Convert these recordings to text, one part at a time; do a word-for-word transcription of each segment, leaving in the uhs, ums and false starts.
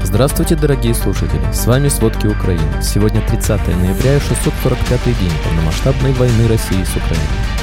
Здравствуйте, дорогие слушатели! С вами «Сводки Украины». Сегодня тридцатое ноября и шестьсот сорок пятый день полномасштабной войны России с Украиной.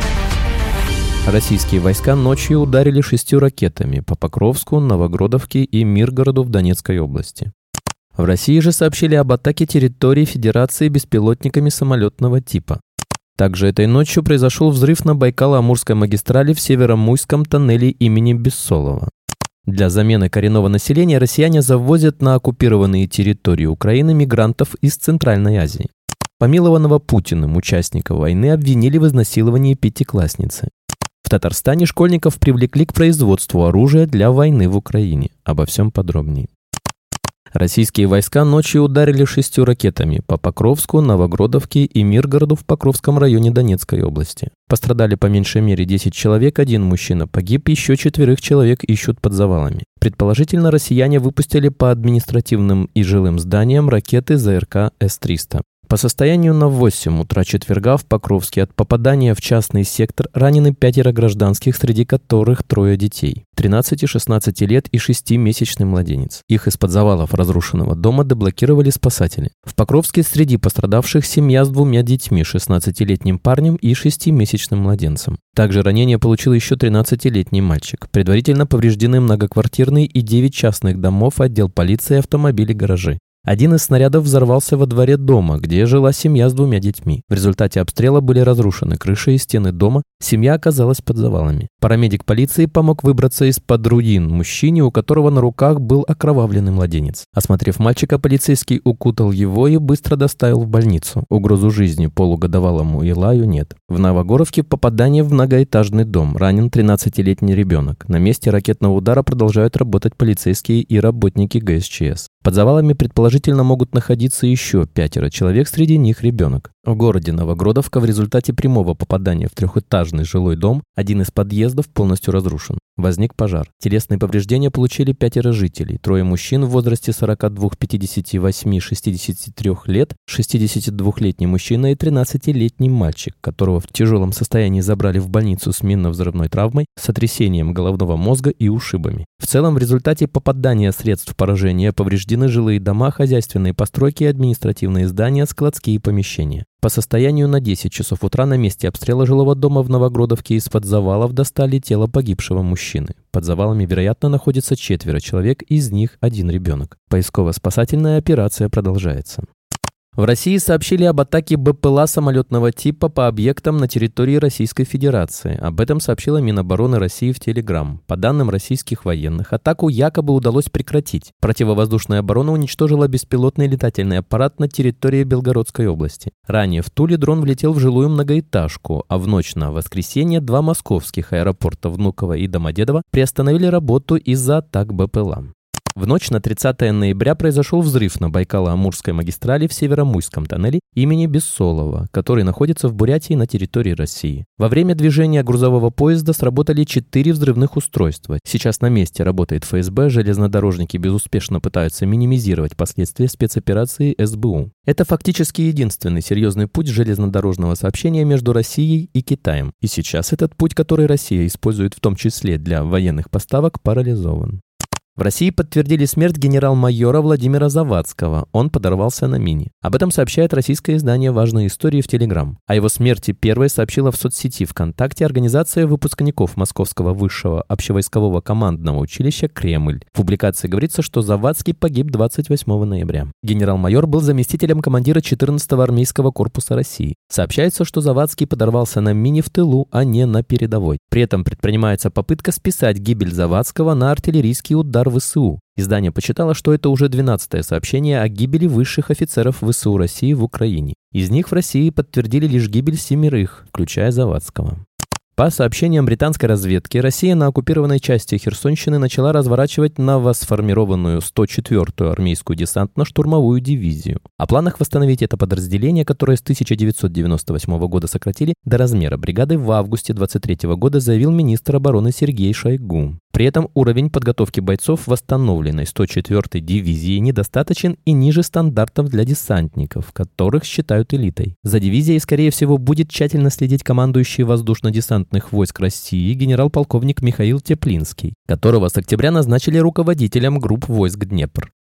Российские войска ночью ударили шестью ракетами по Покровску, Новогродовке и Миргороду в Донецкой области. В России же сообщили об атаке территории Федерации беспилотниками самолетного типа. Также этой ночью произошел взрыв на Байкало-Амурской магистрали в Северомуйском тоннеле имени Бессолова. Для замены коренного населения россияне завозят на оккупированные территории Украины мигрантов из Центральной Азии. Помилованного Путиным участника войны обвинили в изнасиловании пятиклассницы. В Татарстане школьников привлекли к производству оружия для войны в Украине. Обо всем подробнее. Российские войска ночью ударили шестью ракетами по Покровску, Новогродовке и Миргороду в Покровском районе Донецкой области. Пострадали по меньшей мере десять человек, один мужчина погиб, еще четверых человек ищут под завалами. Предположительно, россияне выпустили по административным и жилым зданиям ракеты ЗРК С триста. По состоянию на восемь утра четверга в Покровске от попадания в частный сектор ранены пятеро гражданских, среди которых трое детей. тринадцати-шестнадцати лет и шестимесячный младенец. Их из-под завалов разрушенного дома деблокировали спасатели. В Покровске среди пострадавших семья с двумя детьми, шестнадцатилетним парнем и шестимесячным младенцем. Также ранение получил еще тринадцатилетний мальчик. Предварительно повреждены многоквартирные и девять частных домов, отдел полиции, автомобили, гаражи. Один из снарядов взорвался во дворе дома, где жила семья с двумя детьми. В результате обстрела были разрушены крыша и стены дома, семья оказалась под завалами. Парамедик полиции помог выбраться из-под руин мужчине, у которого на руках был окровавленный младенец. Осмотрев мальчика, полицейский укутал его и быстро доставил в больницу. Угрозу жизни полугодовалому Илаю нет. В Новогоровке попадание в многоэтажный дом. Ранен тринадцатилетний ребенок. На месте ракетного удара продолжают работать полицейские и работники Г С Ч С. Под завалами предположительно могут находиться еще пятеро человек, среди них ребенок. В городе Новогродовка в результате прямого попадания в трехэтажный жилой дом один из подъездов полностью разрушен. Возник пожар. Телесные повреждения получили пятеро жителей. Трое мужчин в возрасте сорока двух, пятидесяти восьми, шестидесяти трёх лет, шестидесятидвухлетний мужчина и тринадцатилетний мальчик, которого в тяжелом состоянии забрали в больницу с минно-взрывной травмой, сотрясением головного мозга и ушибами. В целом, в результате попадания средств поражения повреждены жилые дома, хозяйственные постройки, административные здания, складские помещения. По состоянию на десять часов утра на месте обстрела жилого дома в Новогродовке из-под завалов достали тело погибшего мужчины. Под завалами, вероятно, находится четверо человек, из них один ребенок. Поисково-спасательная операция продолжается. В России сообщили об атаке Б П Л А самолетного типа по объектам на территории Российской Федерации. Об этом сообщила Минобороны России в Телеграм. По данным российских военных, атаку якобы удалось прекратить. Противовоздушная оборона уничтожила беспилотный летательный аппарат на территории Белгородской области. Ранее в Туле дрон влетел в жилую многоэтажку, а в ночь на воскресенье два московских аэропорта Внуково и Домодедово приостановили работу из-за атак Б П Л А. В ночь на тридцатое ноября произошел взрыв на Байкало-Амурской магистрали в Северомуйском тоннеле имени Бессолова, который находится в Бурятии на территории России. Во время движения грузового поезда сработали четыре взрывных устройства. Сейчас на месте работает Ф С Б, железнодорожники безуспешно пытаются минимизировать последствия спецоперации С Б У. Это фактически единственный серьезный путь железнодорожного сообщения между Россией и Китаем. И сейчас этот путь, который Россия использует в том числе для военных поставок, парализован. В России подтвердили смерть генерал-майора Владимира Завадского. Он подорвался на мине. Об этом сообщает российское издание «Важные истории» в Телеграм. О его смерти первой сообщила в соцсети ВКонтакте организация выпускников Московского высшего общевойскового командного училища «Кремль». В публикации говорится, что Завадский погиб двадцать восьмого ноября. Генерал-майор был заместителем командира четырнадцатого армейского корпуса России. Сообщается, что Завадский подорвался на мине в тылу, а не на передовой. При этом предпринимается попытка списать гибель Завадского на артиллерийский удар В С У. Издание посчитало, что это уже двенадцатое сообщение о гибели высших офицеров В С У России в Украине. Из них в России подтвердили лишь гибель семерых, включая Завадского. По сообщениям британской разведки, Россия на оккупированной части Херсонщины начала разворачивать новосформированную сто четвёртую армейскую десантно-штурмовую дивизию. О планах восстановить это подразделение, которое с тысяча девятьсот девяносто восьмого года сократили до размера бригады, в августе двадцать третьего года заявил министр обороны Сергей Шойгу. При этом уровень подготовки бойцов восстановленной сто четвёртой дивизии недостаточен и ниже стандартов для десантников, которых считают элитой. За дивизией, скорее всего, будет тщательно следить командующий воздушно-десантных войск России генерал-полковник Михаил Теплинский, которого с октября назначили руководителем групп войск Днепр.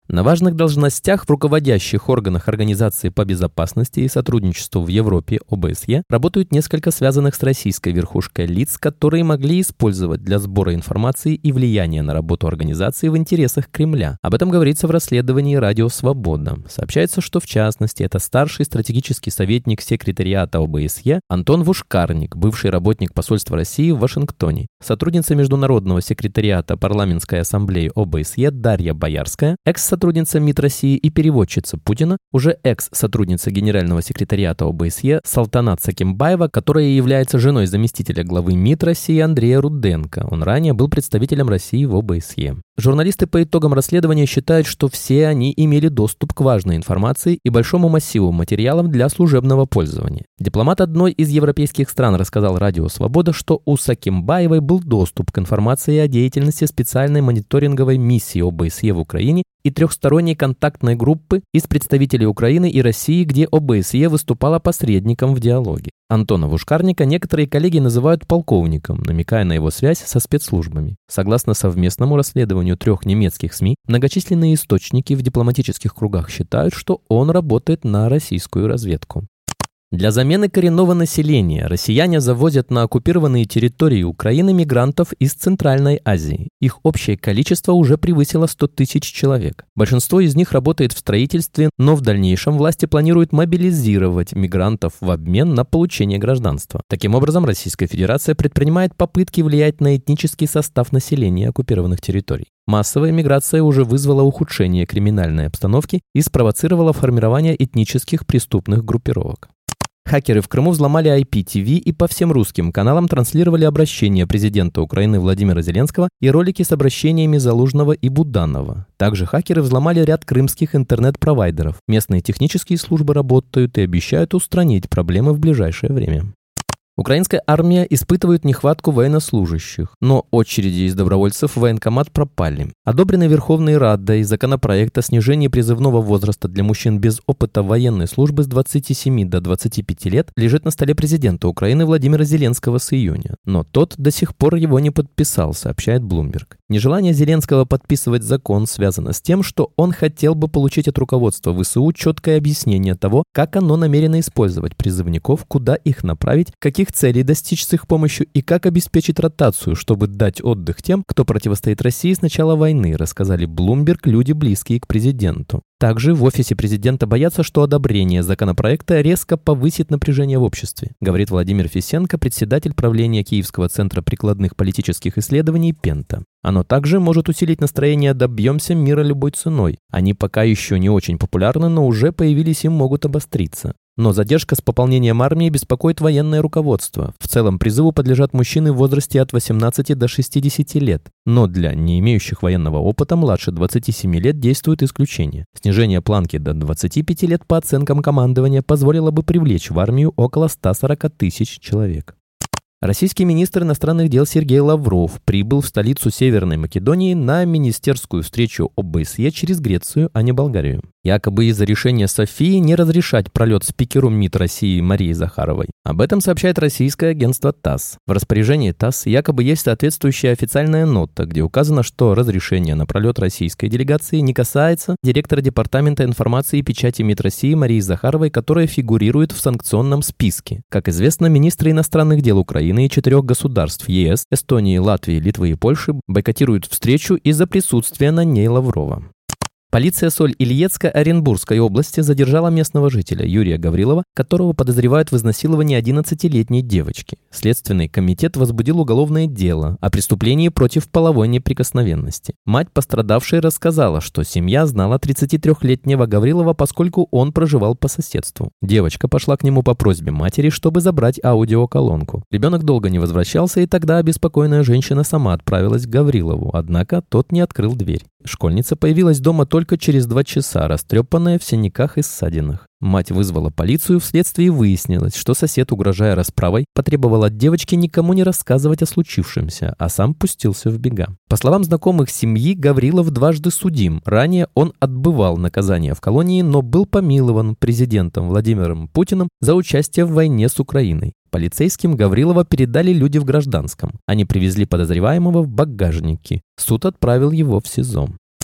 На важных должностях в руководящих органах Организации по безопасности и сотрудничеству в Европе (о бэ эс е) работают несколько связанных с российской верхушкой лиц, которые могли использовать для сбора информации и влияния на работу организации в интересах Кремля. Об этом говорится в расследовании «Радио Свобода». Сообщается, что в частности это старший стратегический советник секретариата о бэ эс е Антон Вушкарник, бывший работник посольства России в Вашингтоне, сотрудница Международного секретариата парламентской ассамблеи о бэ эс е Дарья Боярская, экс-сотрудница МИД России и переводчица Путина, уже экс-сотрудница Генерального секретариата о бэ эс е Салтанат Сакимбаева, которая является женой заместителя главы МИД России Андрея Руденко. Он ранее был представителем России в о бэ эс е. Журналисты по итогам расследования считают, что все они имели доступ к важной информации и большому массиву материалов для служебного пользования. Дипломат одной из европейских стран рассказал «Радио Свобода», что у Сакимбаевой был доступ к информации о деятельности специальной мониторинговой миссии о бэ эс е в Украине и трехсторонней контактной группы из представителей Украины и России, где о бэ эс е выступала посредником в диалоге. Антона Вушкарника некоторые коллеги называют полковником, намекая на его связь со спецслужбами. Согласно совместному расследованию трех немецких СМИ, многочисленные источники в дипломатических кругах считают, что он работает на российскую разведку. Для замены коренного населения россияне завозят на оккупированные территории Украины мигрантов из Центральной Азии. Их общее количество уже превысило сто тысяч человек. Большинство из них работает в строительстве, но в дальнейшем власти планируют мобилизировать мигрантов в обмен на получение гражданства. Таким образом, Российская Федерация предпринимает попытки влиять на этнический состав населения оккупированных территорий. Массовая миграция уже вызвала ухудшение криминальной обстановки и спровоцировала формирование этнических преступных группировок. Хакеры в Крыму взломали ай пи ти ви и по всем русским каналам транслировали обращения президента Украины Владимира Зеленского и ролики с обращениями Залужного и Буданова. Также хакеры взломали ряд крымских интернет-провайдеров. Местные технические службы работают и обещают устранить проблемы в ближайшее время. Украинская армия испытывает нехватку военнослужащих, но очереди из добровольцев в военкомат пропали. Одобренный Верховной Радой законопроект о снижении призывного возраста для мужчин без опыта военной службы с двадцати семи до двадцати пяти лет лежит на столе президента Украины Владимира Зеленского с июня. Но тот до сих пор его не подписал, сообщает Bloomberg. Нежелание Зеленского подписывать закон связано с тем, что он хотел бы получить от руководства вэ эс у четкое объяснение того, как оно намерено использовать призывников, куда их направить, каких целей достичь с их помощью и как обеспечить ротацию, чтобы дать отдых тем, кто противостоит России с начала войны, рассказали Bloomberg люди, близкие к президенту. Также в офисе президента боятся, что одобрение законопроекта резко повысит напряжение в обществе, говорит Владимир Фисенко, председатель правления Киевского центра прикладных политических исследований «Пента». Оно также может усилить настроение «добьемся мира любой ценой». Они пока еще не очень популярны, но уже появились и могут обостриться. Но задержка с пополнением армии беспокоит военное руководство. В целом призыву подлежат мужчины в возрасте от восемнадцати до шестидесяти лет. Но для не имеющих военного опыта младше двадцати семи лет действует исключение. Снижение планки до двадцати пяти лет по оценкам командования позволило бы привлечь в армию около ста сорока тысяч человек. Российский министр иностранных дел Сергей Лавров прибыл в столицу Северной Македонии на министерскую встречу о бэ эс е через Грецию, а не Болгарию. Якобы из-за решения Софии не разрешать пролет спикеру МИД России Марии Захаровой. Об этом сообщает российское агентство ТАСС. В распоряжении ТАСС якобы есть соответствующая официальная нота, где указано, что разрешение на пролет российской делегации не касается директора Департамента информации и печати МИД России Марии Захаровой, которая фигурирует в санкционном списке. Как известно, министры иностранных дел Украины и четырех государств е эс, Эстонии, Латвии, Литвы и Польши бойкотируют встречу из-за присутствия на ней Лаврова. Полиция Соль-Илецка-Оренбургской области задержала местного жителя Юрия Гаврилова, которого подозревают в изнасиловании одиннадцатилетней девочки. Следственный комитет возбудил уголовное дело о преступлении против половой неприкосновенности. Мать пострадавшей рассказала, что семья знала тридцатитрёхлетнего Гаврилова, поскольку он проживал по соседству. Девочка пошла к нему по просьбе матери, чтобы забрать аудиоколонку. Ребенок долго не возвращался, и тогда обеспокоенная женщина сама отправилась к Гаврилову, однако тот не открыл дверь. Школьница появилась дома только через два часа, растрепанная в синяках и ссадинах. Мать вызвала полицию, вследствие выяснилось, что сосед, угрожая расправой, потребовал от девочки никому не рассказывать о случившемся, а сам пустился в бега. По словам знакомых семьи, Гаврилов дважды судим. Ранее он отбывал наказание в колонии, но был помилован президентом Владимиром Путиным за участие в войне с Украиной. Полицейским Гаврилова передали люди в гражданском. Они привезли подозреваемого в багажнике. Суд отправил его в СИЗО.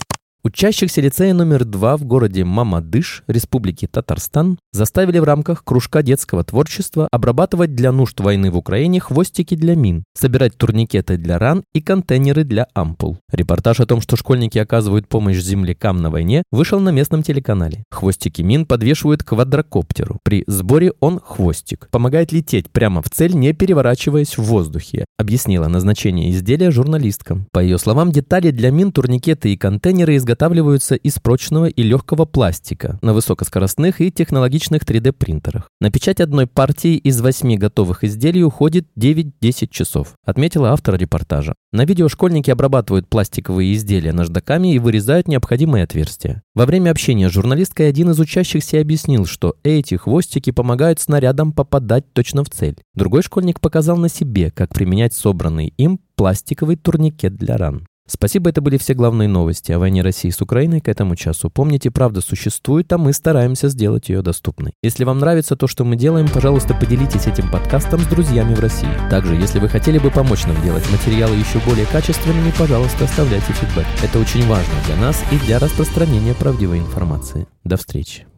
Учащихся лицея номер два в городе Мамадыш, Республики Татарстан, заставили в рамках кружка детского творчества обрабатывать для нужд войны в Украине хвостики для мин, собирать турникеты для ран и контейнеры для ампул. Репортаж о том, что школьники оказывают помощь землякам на войне, вышел на местном телеканале. Хвостики мин подвешивают к квадрокоптеру. При сборе он хвостик. Помогает лететь прямо в цель, не переворачиваясь в воздухе, объяснила назначение изделия журналистка. По ее словам, детали для мин, турникеты и контейнеры изготавливаются изготавливаются из прочного и легкого пластика на высокоскоростных и технологичных три дэ принтерах. На печать одной партии из восьми готовых изделий уходит девять-десять часов, отметила автор репортажа. На видео школьники обрабатывают пластиковые изделия наждаками и вырезают необходимые отверстия. Во время общения с журналисткой один из учащихся объяснил, что эти хвостики помогают снарядам попадать точно в цель. Другой школьник показал на себе, как применять собранный им пластиковый турникет для ран. Спасибо, это были все главные новости о войне России с Украиной к этому часу. Помните, правда существует, а мы стараемся сделать ее доступной. Если вам нравится то, что мы делаем, пожалуйста, поделитесь этим подкастом с друзьями в России. Также, если вы хотели бы помочь нам делать материалы еще более качественными, пожалуйста, оставляйте фидбэк. Это очень важно для нас и для распространения правдивой информации. До встречи.